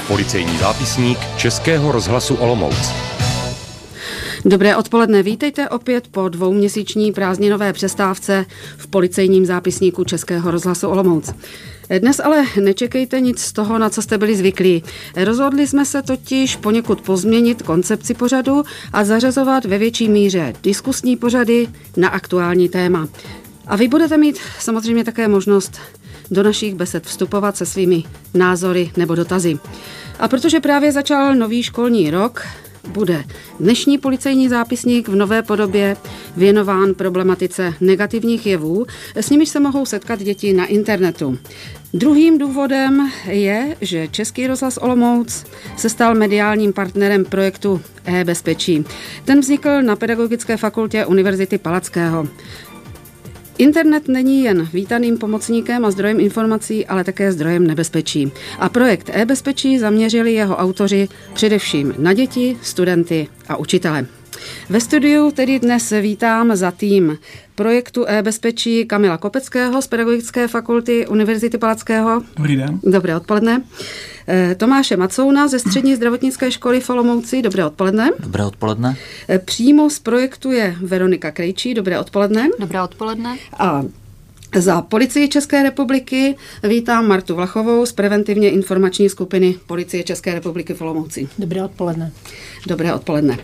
Policejní zápisník Českého rozhlasu Olomouc. Dobré odpoledne, vítejte opět po dvouměsíční prázdninové přestávce v policejním zápisníku Českého rozhlasu Olomouc. Dnes ale nečekejte nic z toho, na co jste byli zvyklí. Rozhodli jsme se totiž poněkud pozměnit koncepci pořadu a zařazovat ve větší míře diskusní pořady na aktuální téma. A vy budete mít samozřejmě také možnost do našich besed vstupovat se svými názory nebo dotazy. A protože právě začal nový školní rok, bude dnešní policejní zápisník v nové podobě věnován problematice negativních jevů, s nimiž se mohou setkat děti na internetu. Druhým důvodem je, že Český rozhlas Olomouc se stal mediálním partnerem projektu e-bezpečí. Ten vznikl na Pedagogické fakultě Univerzity Palackého. Internet není jen vítaným pomocníkem a zdrojem informací, ale také zdrojem nebezpečí. A projekt e-bezpečí zaměřili jeho autoři především na děti, studenty a učitele. Ve studiu tedy dnes vítám za tým projektu e-bezpečí Kamila Kopeckého z Pedagogické fakulty Univerzity Palackého. Dobrý den. Dobré odpoledne. Tomáše Macouna ze Střední zdravotnické školy v Olomouci. Dobré odpoledne. Dobré odpoledne. Přímo z projektu je Veronika Krejčí. Dobré odpoledne. Dobré odpoledne. A za Policii České republiky vítám Martu Vlachovou z preventivně informační skupiny Policie České republiky v Olomouci. Dobré odpoledne. Dobré odpoledne.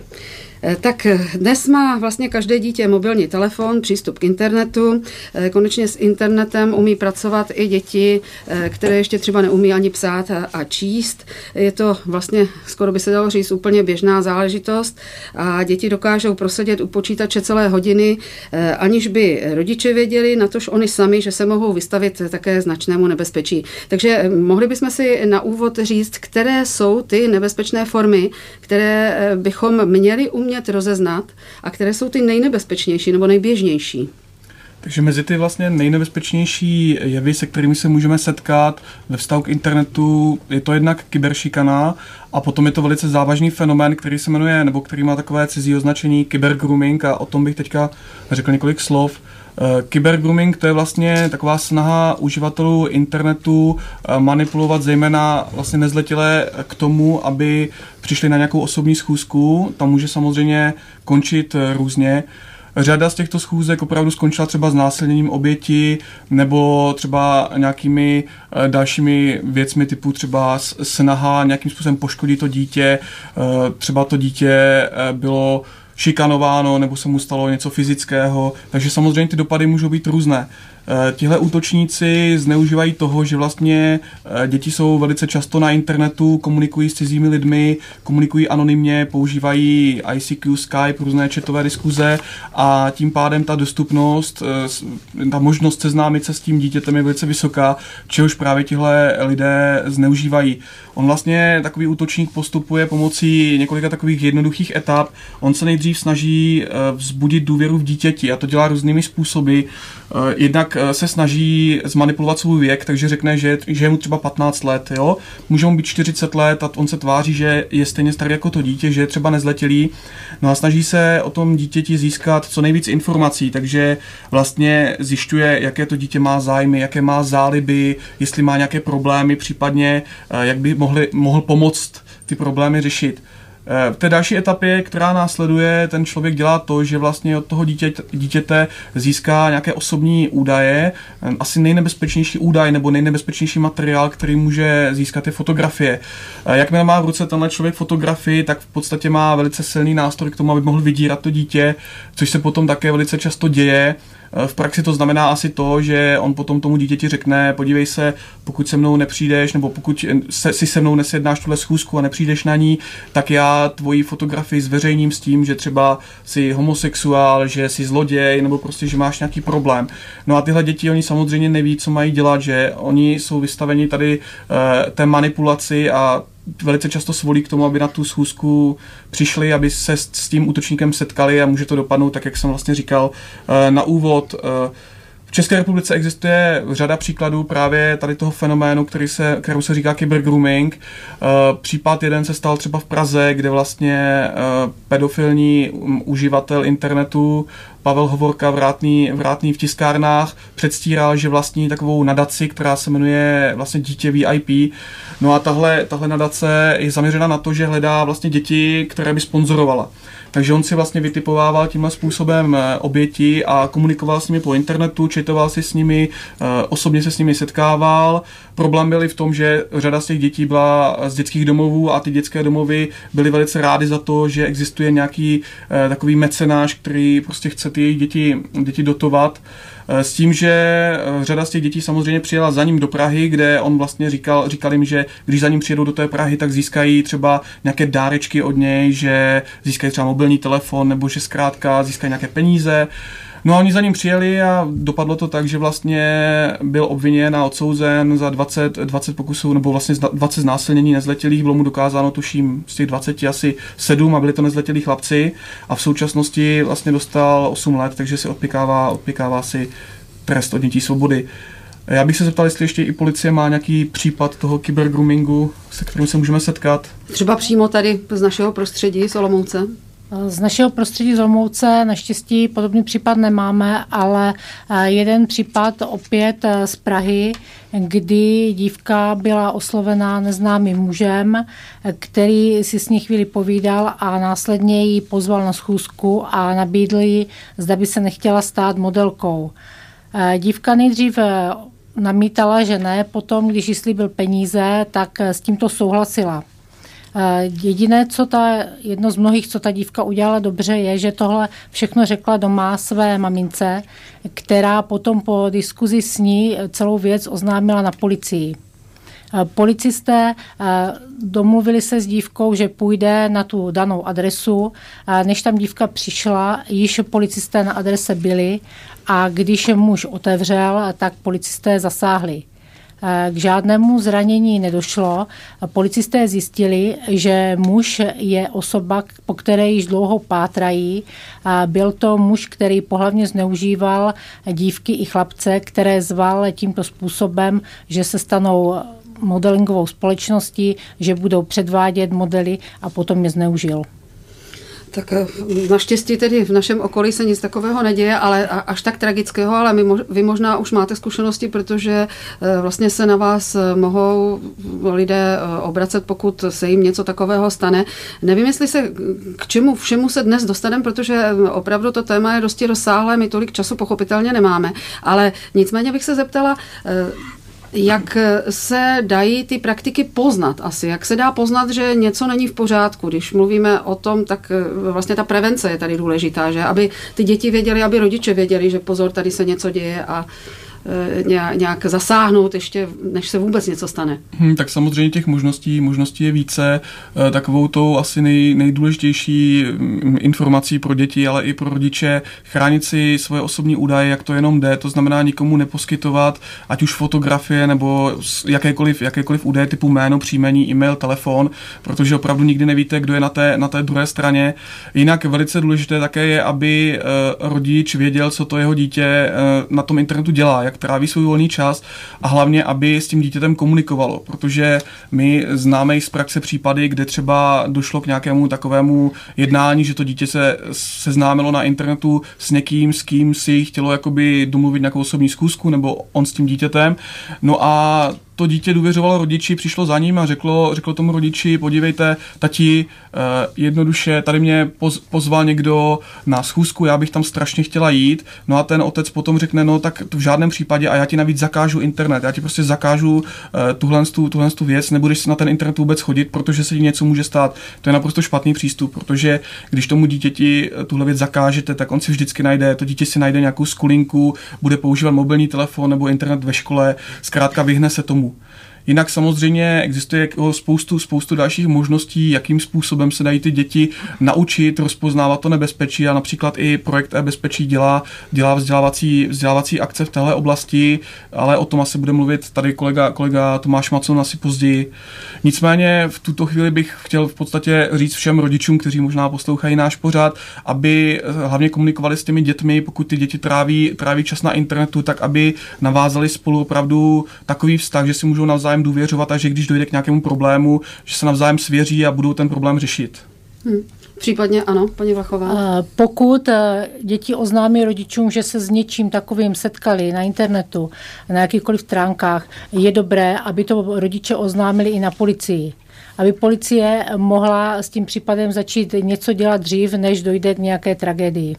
Tak dnes má vlastně každé dítě mobilní telefon, přístup k internetu. Konečně s internetem umí pracovat i děti, které ještě třeba neumí ani psát a číst. Je to vlastně, skoro by se dalo říct, úplně běžná záležitost a děti dokážou prosedět u počítače celé hodiny, aniž by rodiče věděli, natož oni sami, že se mohou vystavit také značnému nebezpečí. Takže mohli bychom si na úvod říct, které jsou ty nebezpečné formy, které bychom měli umět rozeznat a které jsou ty nejnebezpečnější nebo nejběžnější. Takže mezi ty vlastně nejnebezpečnější jevy, se kterými se můžeme setkat ve vztahu k internetu, je to jednak kyberšikana a potom je to velice závažný fenomén, který se jmenuje, nebo který má takové cizí označení kybergrooming a o tom bych teďka řekl několik slov. Kybergrooming to je vlastně taková snaha uživatelů internetu manipulovat zejména vlastně nezletilé k tomu, aby přišli na nějakou osobní schůzku. Tam může samozřejmě končit různě. Řada z těchto schůzek opravdu skončila třeba znásilněním oběti nebo třeba nějakými dalšími věcmi typu třeba snaha nějakým způsobem poškodit to dítě. Třeba to dítě bylo šikanováno nebo se mu stalo něco fyzického, takže samozřejmě ty dopady můžou být různé. Tihle útočníci zneužívají toho, že vlastně děti jsou velice často na internetu, komunikují s cizími lidmi, komunikují anonymně, používají ICQ, Skype, různé chatové diskuze a tím pádem ta dostupnost, ta možnost seznámit se s tím dítětem je velice vysoká, čehož právě tihle lidé zneužívají. On vlastně, takový útočník, postupuje pomocí několika takových jednoduchých etap. On se nejdřív snaží vzbudit důvěru v dítěti a to dělá různými způsoby. Jednak se snaží zmanipulovat svůj věk, takže řekne, že je mu třeba 15 let, jo? Může mu být 40 let a on se tváří, že je stejně starý jako to dítě, že je třeba nezletilý. No a snaží se o tom dítěti získat co nejvíc informací, takže vlastně zjišťuje, jaké to dítě má zájmy, jaké má záliby, jestli má nějaké problémy, případně jak by mohl pomoct ty problémy řešit. V té další etapě, která následuje, ten člověk dělá to, že vlastně od toho dítěte získá nějaké osobní údaje. Asi nejnebezpečnější údaj nebo nejnebezpečnější materiál, který může získat, je fotografie. Jakmile má v ruce tenhle člověk fotografii, tak v podstatě má velice silný nástroj k tomu, aby mohl vydírat to dítě, což se potom také velice často děje. V praxi to znamená asi to, že on potom tomu dítěti řekne, podívej se, pokud se mnou nepřijdeš, nebo pokud si se mnou nesjednáš tuhle schůzku a nepřijdeš na ní, tak já tvoji fotografii zveřejním s tím, že třeba jsi homosexuál, že jsi zloděj, nebo prostě, že máš nějaký problém. No a tyhle děti, oni samozřejmě neví, co mají dělat, že oni jsou vystaveni tady té manipulaci a velice často svolí k tomu, aby na tu schůzku přišli, aby se s tím útočníkem setkali a může to dopadnout, tak jak jsem vlastně říkal na úvod. V České republice existuje řada příkladů právě tady toho fenoménu, kterou se říká kybergrooming. Případ jeden se stal třeba v Praze, kde vlastně pedofilní uživatel internetu Pavel Hovorka, vrátný v tiskárnách, předstíral, že vlastní takovou nadaci, která se jmenuje vlastně Dítě VIP. No a tahle nadace je zaměřena na to, že hledá vlastně děti, které by sponzorovala. Takže on si vlastně vytipovával tímhle způsobem oběti a komunikoval s nimi po internetu, četoval si s nimi, osobně se s nimi setkával. Problém byl v tom, že řada z těch dětí byla z dětských domovů a ty dětské domovy byly velice rády za to, že existuje nějaký takový mecenáš, který prostě chce ty jejich děti dotovat. S tím, že řada z těch dětí samozřejmě přijela za ním do Prahy, kde on vlastně říkal jim, že když za ním přijedou do té Prahy, tak získají třeba nějaké dárečky od něj, že získají třeba mobilní telefon nebo že zkrátka získají nějaké peníze. No a oni za ním přijeli a dopadlo to tak, že vlastně byl obviněn a odsouzen za 20 pokusů, nebo vlastně 20 znásilnění nezletilých, bylo mu dokázáno tuším z těch 20 asi 7 a byli to nezletilí chlapci a v současnosti vlastně dostal 8 let, takže si odpikává si trest odnětí svobody. Já bych se zeptal, jestli ještě i policie má nějaký případ toho kybergroomingu, se kterým se můžeme setkat. Třeba přímo tady z našeho prostředí, z Olomouce? Z našeho prostředí z Olomouce naštěstí podobný případ nemáme, ale jeden případ opět z Prahy, kdy dívka byla oslovená neznámým mužem, který si s ní chvíli povídal a následně ji pozval na schůzku a nabídl jí, zda by se nechtěla stát modelkou. Dívka nejdřív namítala, že ne, potom, když jí slíbil peníze, tak s tímto souhlasila. Jediné, jedno z mnohých, co ta dívka udělala dobře, je, že tohle všechno řekla doma své mamince, která potom po diskuzi s ní celou věc oznámila na policii. Policisté domluvili se s dívkou, že půjde na tu danou adresu. Než tam dívka přišla, již policisté na adrese byli a když muž otevřel, tak policisté zasáhli. K žádnému zranění nedošlo. Policisté zjistili, že muž je osoba, po které již dlouho pátrají. Byl to muž, který pohlavně zneužíval dívky i chlapce, které zval tímto způsobem, že se stanou modelingovou společností, že budou předvádět modely a potom je zneužil. Tak naštěstí tedy v našem okolí se nic takového neděje, ale až tak tragického, ale vy možná už máte zkušenosti, protože vlastně se na vás mohou lidé obracet, pokud se jim něco takového stane. Nevím, jestli se k čemu všemu se dnes dostaneme, protože opravdu to téma je dosti rozsáhlé, my tolik času pochopitelně nemáme, ale nicméně bych se zeptala, jak se dají ty praktiky poznat asi? Jak se dá poznat, že něco není v pořádku? Když mluvíme o tom, tak vlastně ta prevence je tady důležitá, že? Aby ty děti věděly, aby rodiče věděli, že pozor, tady se něco děje a nějak zasáhnout ještě, než se vůbec něco stane. Tak samozřejmě těch možností je více. Takovou tou asi nejdůležitější informací pro děti, ale i pro rodiče, chránit si svoje osobní údaje, jak to jenom jde, to znamená nikomu neposkytovat, ať už fotografie nebo jakékoliv údaje typu jméno, příjmení, e-mail, telefon, protože opravdu nikdy nevíte, kdo je na té druhé straně. Jinak velice důležité také je, aby rodič věděl, co to jeho dítě na tom internetu dělá, jak tráví svůj volný čas a hlavně, aby s tím dítětem komunikovalo, protože my známe i z praxe případy, kde třeba došlo k nějakému takovému jednání, že to dítě se seznámilo na internetu s někým, s kým si chtělo jakoby domluvit nějakou osobní schůzku nebo on s tím dítětem. No a to dítě důvěřovalo rodiči, přišlo za ním a řeklo tomu rodiči, podívejte, tati, jednoduše, tady mě pozval někdo na schůzku, já bych tam strašně chtěla jít. No a ten otec potom řekne, no tak to v žádném případě a já ti navíc zakážu internet, já ti prostě zakážu tuhle věc, nebudeš si na ten internet vůbec chodit, protože se ti něco může stát. To je naprosto špatný přístup, protože když tomu dítěti tuhle věc zakážete, tak on si vždycky najde, to dítě si najde nějakou skulinku, bude používat mobilní telefon nebo internet ve škole, zkrátka vyhne se tomu. Jinak samozřejmě existuje spoustu dalších možností, jakým způsobem se dají ty děti naučit rozpoznávat to nebezpečí a například i projekt e-bezpečí dělá vzdělávací akce v téhle oblasti, ale o tom asi bude mluvit tady kolega Tomáš Macon asi později. Nicméně v tuto chvíli bych chtěl v podstatě říct všem rodičům, kteří možná poslouchají náš pořad, aby hlavně komunikovali s těmi dětmi, pokud ty děti tráví čas na internetu, tak aby navázali spolu opravdu takový vztah, že si můžou navzájem důvěřovat a že když dojde k nějakému problému, že se navzájem svěří a budou ten problém řešit. Případně ano, paní Vlachová. Pokud děti oznámí rodičům, že se s něčím takovým setkali na internetu, na jakýchkoliv stránkách, je dobré, aby to rodiče oznámili i na policii. Aby policie mohla s tím případem začít něco dělat dřív, než dojde k nějaké tragédii.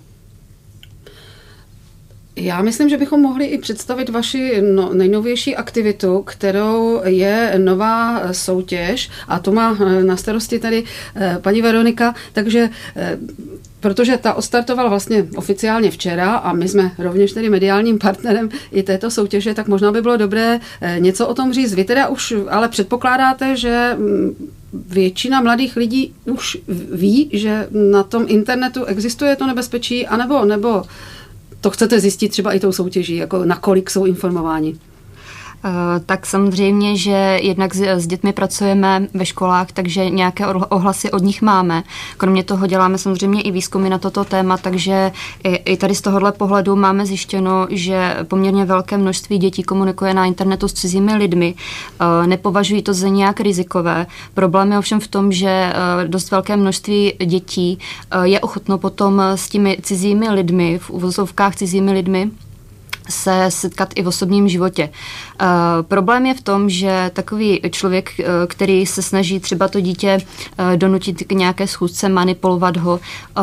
Já myslím, že bychom mohli i představit vaši nejnovější aktivitu, kterou je nová soutěž, a to má na starosti tady paní Veronika, takže protože ta odstartovala vlastně oficiálně včera a my jsme rovněž tedy mediálním partnerem i této soutěže, tak možná by bylo dobré něco o tom říct. Vy teda už ale předpokládáte, že většina mladých lidí už ví, že na tom internetu existuje to nebezpečí, nebo to chcete zjistit třeba i tou soutěží, jako nakolik jsou informováni? Tak samozřejmě, že jednak s dětmi pracujeme ve školách, takže nějaké ohlasy od nich máme. Kromě toho děláme samozřejmě i výzkumy na toto téma, takže i tady z tohohle pohledu máme zjištěno, že poměrně velké množství dětí komunikuje na internetu s cizími lidmi. Nepovažují to za nějak rizikové. Problém je ovšem v tom, že dost velké množství dětí je ochotno potom s těmi cizími lidmi, v uvozovkách cizími lidmi, se setkat i v osobním životě. Problém je v tom, že takový člověk, který se snaží třeba to dítě donutit k nějaké schůzce, manipulovat ho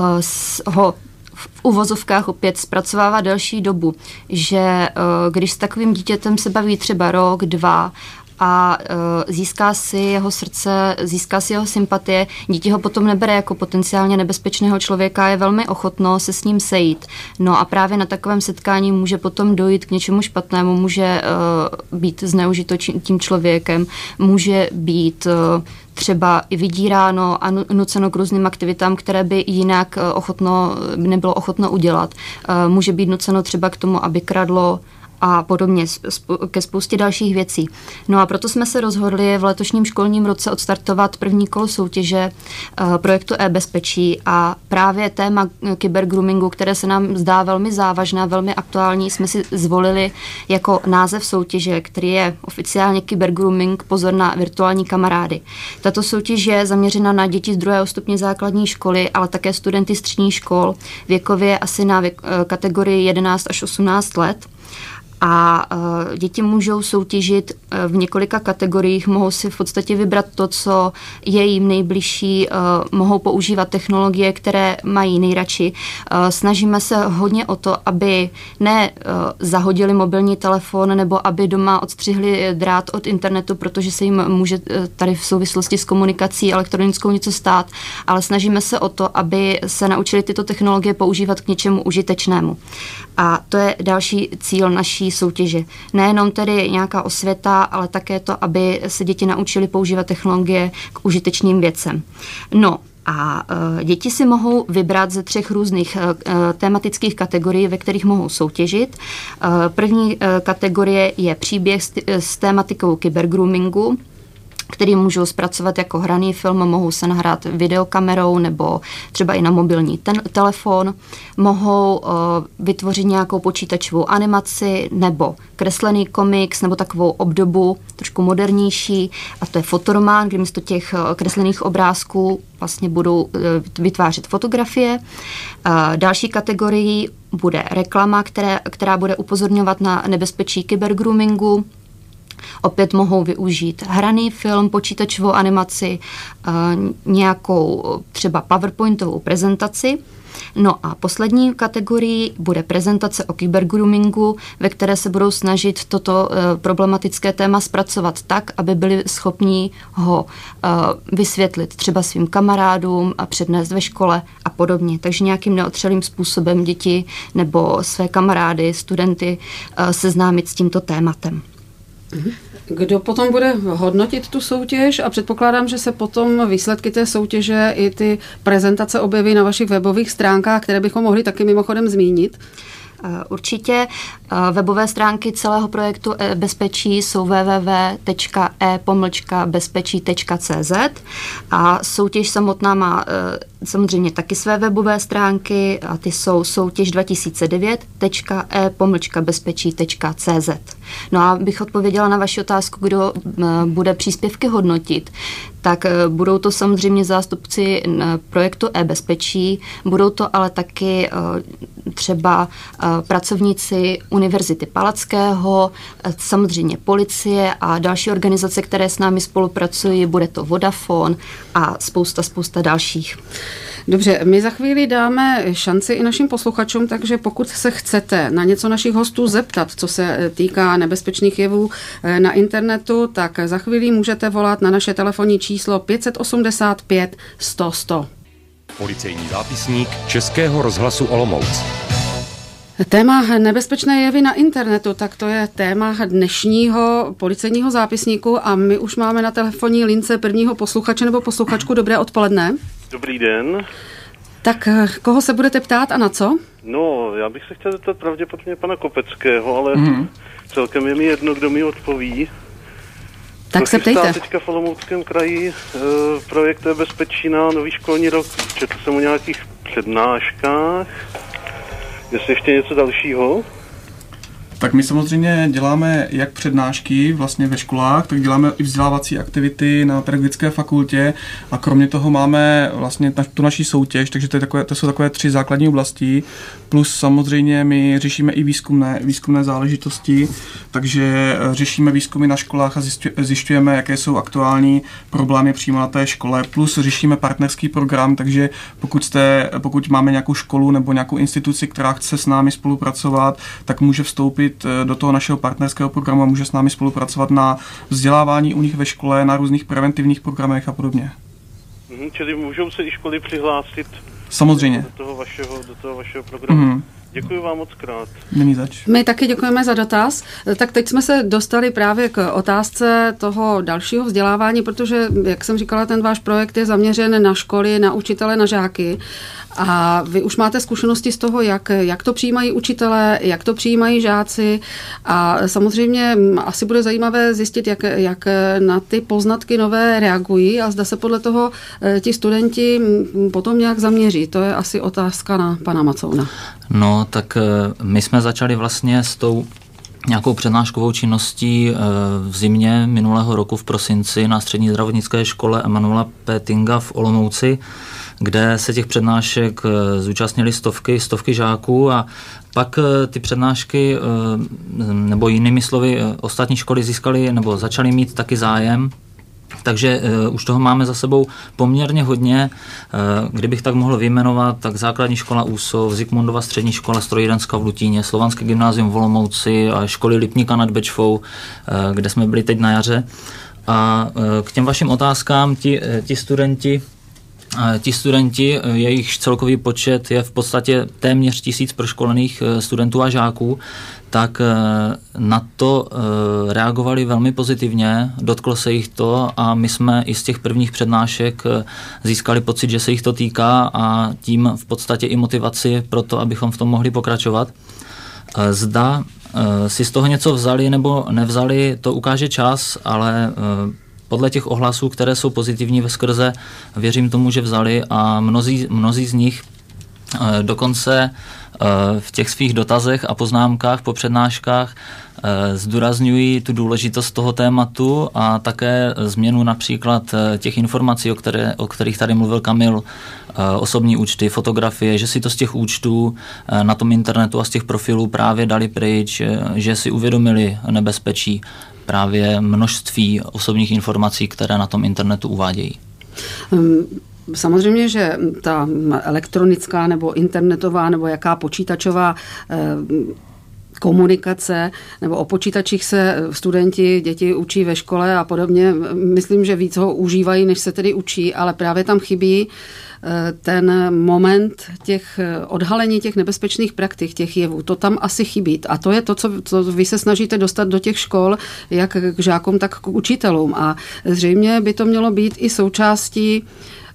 v uvozovkách opět zpracovává delší dobu, že když s takovým dítětem se baví třeba rok, 2 a získá si jeho srdce, získá si jeho sympatie, dítě ho potom nebere jako potenciálně nebezpečného člověka, je velmi ochotno se s ním sejít. No a právě na takovém setkání může potom dojít k něčemu špatnému, může být zneužito tím člověkem, může být třeba i vydíráno a nuceno k různým aktivitám, které by jinak nebylo ochotno udělat. Může být nuceno třeba k tomu, aby kradlo a podobně ke spoustě dalších věcí. No a proto jsme se rozhodli v letošním školním roce odstartovat první kolo soutěže projektu e-bezpečí a právě téma kybergroomingu, které se nám zdá velmi závažné, velmi aktuální, jsme si zvolili jako název soutěže, který je oficiálně kybergrooming, pozor na virtuální kamarády. Tato soutěž je zaměřena na děti z 2. stupně základní školy, ale také studenty středních škol, věkově asi na kategorii 11 až 18 let. A děti můžou soutěžit v několika kategoriích, mohou si v podstatě vybrat to, co je jim nejbližší, mohou používat technologie, které mají nejradši. Snažíme se hodně o to, aby zahodili mobilní telefon nebo aby doma odstřihli drát od internetu, protože se jim může tady v souvislosti s komunikací elektronickou něco stát, ale snažíme se o to, aby se naučili tyto technologie používat k něčemu užitečnému. A to je další cíl naší soutěže. Nejenom tedy nějaká osvěta, ale také to, aby se děti naučili používat technologie k užitečným věcem. No a děti si mohou vybrat ze 3 různých tematických kategorií, ve kterých mohou soutěžit. První kategorie je příběh s tématikou kybergroomingu, který můžou zpracovat jako hraný film, mohou se nahrát videokamerou nebo třeba i na mobilní telefon, mohou vytvořit nějakou počítačovou animaci nebo kreslený komiks nebo takovou obdobu trošku modernější, a to je fotoromán, kdy místo těch kreslených obrázků vlastně budou vytvářet fotografie. Další kategorií bude reklama, která bude upozorňovat na nebezpečí kybergroomingu. Opět mohou využít hraný film, počítačovou animaci, nějakou třeba PowerPointovou prezentaci. No a poslední kategorii bude prezentace o kybergroomingu, ve které se budou snažit toto problematické téma zpracovat tak, aby byli schopni ho vysvětlit třeba svým kamarádům a přednést ve škole a podobně. Takže nějakým neotřelým způsobem děti nebo své kamarády, studenty seznámit s tímto tématem. Kdo potom bude hodnotit tu soutěž a předpokládám, že se potom výsledky té soutěže i ty prezentace objeví na vašich webových stránkách, které bychom mohli taky mimochodem zmínit? Určitě. Webové stránky celého projektu e-bezpečí jsou www.e-bezpečí.cz a soutěž samotná má samozřejmě taky své webové stránky a ty jsou soutěž 2009.e-bezpečí.cz. No a bych odpověděla na vaši otázku, kdo bude příspěvky hodnotit, tak budou to samozřejmě zástupci projektu e-bezpečí, budou to ale taky třeba pracovníci Univerzity Palackého, samozřejmě policie a další organizace, které s námi spolupracují, bude to Vodafone a spousta dalších. Dobře, my za chvíli dáme šanci i našim posluchačům, takže pokud se chcete na něco našich hostů zeptat, co se týká nebezpečných jevů na internetu, tak za chvíli můžete volat na naše telefonní číslo 585 100 100. Policejní zápisník Českého rozhlasu Olomouc. Téma nebezpečné jevy na internetu, tak to je téma dnešního policejního zápisníku a my už máme na telefonní lince prvního posluchače nebo posluchačku. Dobré odpoledne. Dobrý den. Tak koho se budete ptát a na co? No, já bych se chtěl zeptat pravděpodobně pana Kopeckého, ale celkem je mi jedno, kdo mi odpoví. Tak se ptejte. Teďka v Olomouckém kraji projekt bezpečí na nový školní rok. Četl jsem o nějakých přednáškách. Jestli ještě něco dalšího? Tak my samozřejmě děláme jak přednášky vlastně ve školách, tak děláme i vzdělávací aktivity na pedagogické fakultě a kromě toho máme vlastně tu naší soutěž, takže to jsou takové 3 základní oblasti, plus samozřejmě my řešíme i výzkumné záležitosti, takže řešíme výzkumy na školách a zjišťujeme, jaké jsou aktuální problémy přímo na té škole, plus řešíme partnerský program, takže pokud máme nějakou školu nebo nějakou instituci, která chce s námi spolupracovat, tak může vstoupit do toho našeho partnerského programu a může s námi spolupracovat na vzdělávání u nich ve škole, na různých preventivních programech a podobně. Čili můžou se i školy přihlásit samozřejmě do toho vašeho programu. Děkuji vám moc krát. Není zač. My taky děkujeme za dotaz. Tak teď jsme se dostali právě k otázce toho dalšího vzdělávání, protože, jak jsem říkala, ten váš projekt je zaměřen na školy, na učitele, na žáky. A vy už máte zkušenosti z toho, jak to přijímají učitelé, jak to přijímají žáci a samozřejmě asi bude zajímavé zjistit, jak na ty poznatky nové reagují a zda se podle toho ti studenti potom nějak zaměří. To je asi otázka na pana Macouna. No, tak my jsme začali vlastně s tou nějakou přednáškovou činností v zimě minulého roku v prosinci na střední zdravotnické škole Emanuela Pétinga v Olomouci, kde se těch přednášek zúčastnili stovky žáků a pak ty přednášky, nebo jinými slovy, ostatní školy získaly nebo začaly mít taky zájem. Takže už toho máme za sebou poměrně hodně. Kdybych tak mohl vyjmenovat, tak základní škola Úsov, Zikmundova střední škola strojírenská v Lutíně, Slovanské gymnázium v Olomouci a školy Lipníka nad Bečvou, kde jsme byli teď na jaře. A k těm vašim otázkám ti studenti, jejich celkový počet je v podstatě téměř 1000 proškolených studentů a žáků, tak na to reagovali velmi pozitivně, dotklo se jich to a my jsme i z těch prvních přednášek získali pocit, že se jich to týká a tím v podstatě i motivaci pro to, abychom v tom mohli pokračovat. Zda si z toho něco vzali nebo nevzali, to ukáže čas, ale podle těch ohlasů, které jsou pozitivní veskrze, věřím tomu, že vzali a mnozí z nich dokonce v těch svých dotazech a poznámkách po přednáškách zdůrazňují tu důležitost toho tématu a také změnu například těch informací, o kterých tady mluvil Kamil, osobní účty, fotografie, že si to z těch účtů na tom internetu a z těch profilů právě dali pryč, že si uvědomili nebezpečí právě množství osobních informací, které na tom internetu uvádějí. Samozřejmě, že ta elektronická nebo internetová nebo jaká počítačová komunikace nebo o počítačích se děti učí ve škole a podobně. Myslím, že víc ho užívají, než se tedy učí, ale právě tam chybí ten moment těch odhalení těch nebezpečných praktik, těch jevů. To tam asi chybí. A to je to, co vy se snažíte dostat do těch škol, jak k žákům, tak k učitelům. A zřejmě by to mělo být i součástí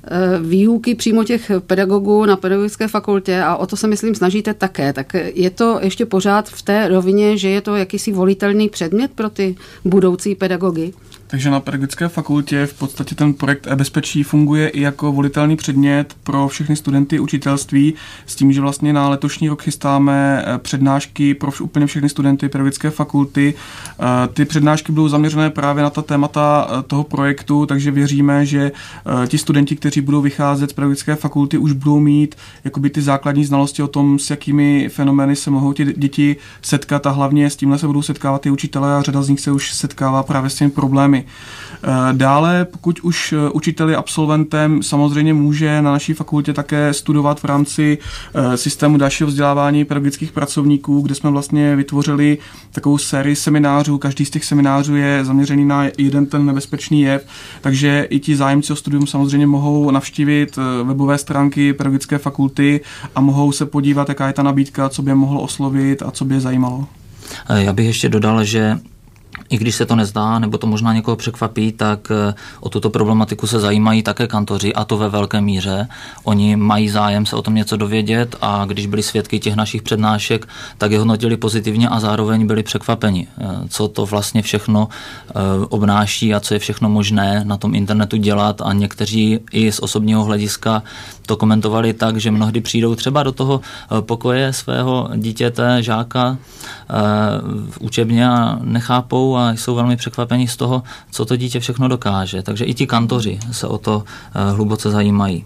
výuky přímo těch pedagogů na pedagogické fakultě a o to se, myslím, snažíte také. Tak je to ještě pořád v té rovině, že je to jakýsi volitelný předmět pro ty budoucí pedagogy? Takže na pedagogické fakultě v podstatě ten projekt e-bezpečí funguje i jako volitelný předmět pro všechny studenty učitelství s tím, že vlastně na letošní rok chystáme přednášky pro úplně všechny studenty pedagogické fakulty. Ty přednášky budou zaměřené právě na ta témata toho projektu, takže věříme, že ti studenti, kteří budou vycházet z pedagogické fakulty, už budou mít jakoby ty základní znalosti o tom, s jakými fenomény se mohou ti děti setkat a hlavně s tímhle se budou setkávat i učitelé a řada z nich se už setkává právě s těmi problémy. Dále, pokud už učitel je absolventem, samozřejmě může na naší fakultě také studovat v rámci systému dalšího vzdělávání pedagogických pracovníků, kde jsme vlastně vytvořili takovou sérii seminářů. Každý z těch seminářů je zaměřený na jeden ten nebezpečný jev, takže i ti zájemci o studium samozřejmě mohou navštívit webové stránky pedagogické fakulty a mohou se podívat, jaká je ta nabídka, co by je mohlo oslovit a co by je zajímalo. Já bych ještě dodal, že i když se to nezdá, nebo to možná někoho překvapí, tak o tuto problematiku se zajímají také kantoři, a to ve velké míře. Oni mají zájem se o tom něco dovědět a když byli svědky těch našich přednášek, tak je hodnotili pozitivně a zároveň byli překvapeni, co to vlastně všechno obnáší a co je všechno možné na tom internetu dělat, a někteří i z osobního hlediska to komentovali tak, že mnohdy přijdou třeba do toho pokoje svého dítěte, žáka v učebně a nechápou a jsou velmi překvapeni z toho, co to dítě všechno dokáže. Takže i ti kantoři se o to hluboce zajímají.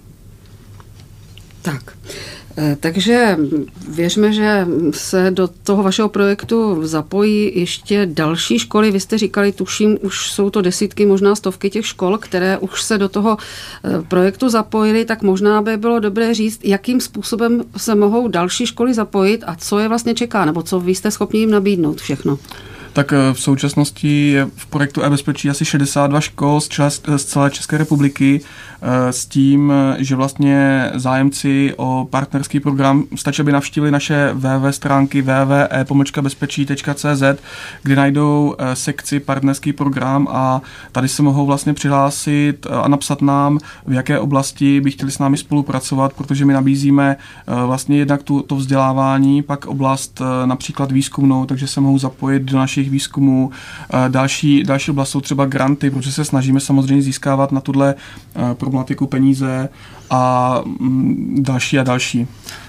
Tak. Takže věřme, že se do toho vašeho projektu zapojí ještě další školy. Vy jste říkali, tuším, už jsou to desítky, možná stovky těch škol, které už se do toho projektu zapojily, tak možná by bylo dobré říct, jakým způsobem se mohou další školy zapojit a co je vlastně čeká, nebo co vy jste schopni jim nabídnout všechno. Tak v současnosti je v projektu e-bezpečí asi 62 škol z celé České republiky s tím, že vlastně zájemci o partnerský program stačí, aby navštívili naše www stránky www.e-bezpečí.cz, kde najdou sekci partnerský program a tady se mohou vlastně přihlásit a napsat nám, v jaké oblasti by chtěli s námi spolupracovat, protože my nabízíme vlastně jednak to vzdělávání, pak oblast například výzkumnou, takže se mohou zapojit do našich výzkumů. Další oblast jsou třeba granty, protože se snažíme samozřejmě získávat na tuhle problematiku peníze a další a další.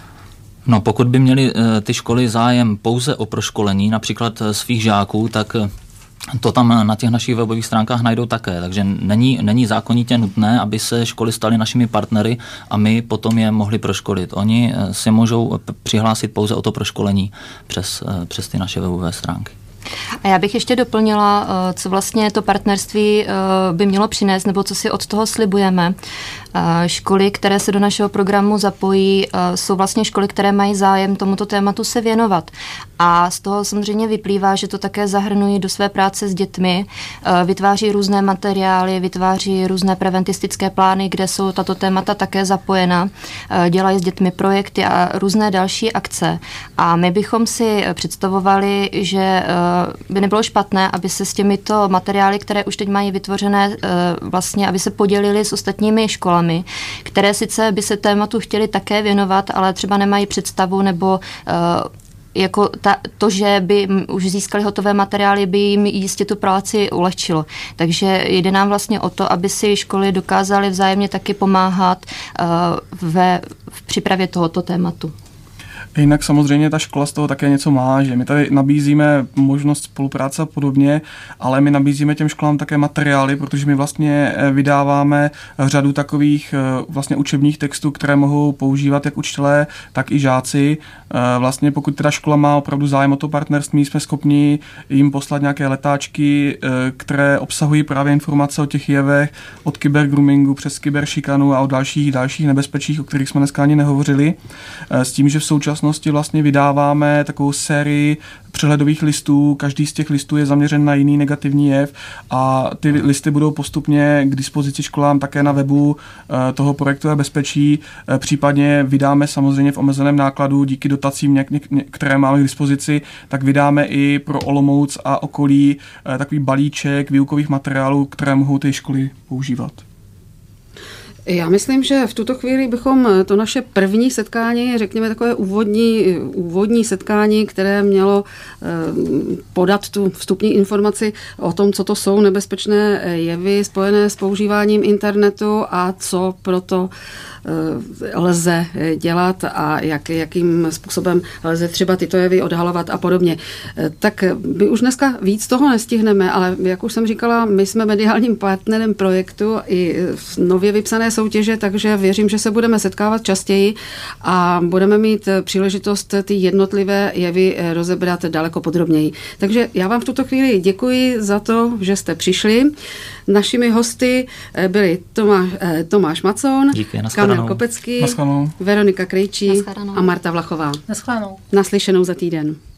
No, pokud by měly ty školy zájem pouze o proškolení, například svých žáků, tak to tam na těch našich webových stránkách najdou také, takže není zákonitě nutné, aby se školy staly našimi partnery a my potom je mohli proškolit. Oni si můžou přihlásit pouze o to proškolení přes ty naše webové stránky. A já bych ještě doplnila, co vlastně to partnerství by mělo přinést, nebo co si od toho slibujeme. Školy, které se do našeho programu zapojí, jsou vlastně školy, které mají zájem tomuto tématu se věnovat. A z toho samozřejmě vyplývá, že to také zahrnují do své práce s dětmi, vytváří různé materiály, vytváří různé preventistické plány, kde jsou tato témata také zapojena, dělají s dětmi projekty a různé další akce. A my bychom si představovali, že by nebylo špatné, aby se s těmito materiály, které už teď mají vytvořené, vlastně, aby se podělili s ostatními školami, které sice by se tématu chtěli také věnovat, ale třeba nemají představu nebo jako to, že by už získali hotové materiály, by jim jistě tu práci ulehčilo. Takže jde nám vlastně o to, aby si školy dokázaly vzájemně taky pomáhat v přípravě tohoto tématu. Jinak samozřejmě ta škola z toho také něco má, že my tady nabízíme možnost spolupráce a podobně, ale my nabízíme těm školám také materiály, protože my vlastně vydáváme řadu takových vlastně učebních textů, které mohou používat jak učitelé, tak i žáci. Vlastně pokud teda škola má opravdu zájem o to partnerství, jsme schopni jim poslat nějaké letáčky, které obsahují právě informace o těch jevech, od kybergroomingu přes kyberšikanu a o dalších nebezpečích, o kterých jsme dneska ani nehovořili, s tím, že v současnosti vlastně vydáváme takovou sérii přehledových listů. Každý z těch listů je zaměřen na jiný negativní jev a ty listy budou postupně k dispozici školám také na webu toho projektu e-bezpečí. Případně vydáme samozřejmě v omezeném nákladu díky dotacím, které máme k dispozici, tak vydáme i pro Olomouc a okolí takový balíček výukových materiálů, které mohou ty školy používat. Já myslím, že v tuto chvíli bychom to naše první setkání, řekněme takové úvodní setkání, které mělo podat tu vstupní informaci o tom, co to jsou nebezpečné jevy spojené s používáním internetu a co proto lze dělat a jakým způsobem lze třeba tyto jevy odhalovat a podobně. Tak my už dneska víc toho nestihneme, ale jak už jsem říkala, my jsme mediálním partnerem projektu i v nově vypsané soutěže, takže věřím, že se budeme setkávat častěji a budeme mít příležitost ty jednotlivé jevy rozebrat daleko podrobněji. Takže já vám v tuto chvíli děkuji za to, že jste přišli. Našimi hosty byli Tomáš Macon, Kamil Kopecký, Veronika Krejčí a Marta Vlachová. Naschledanou. Naslyšenou za týden.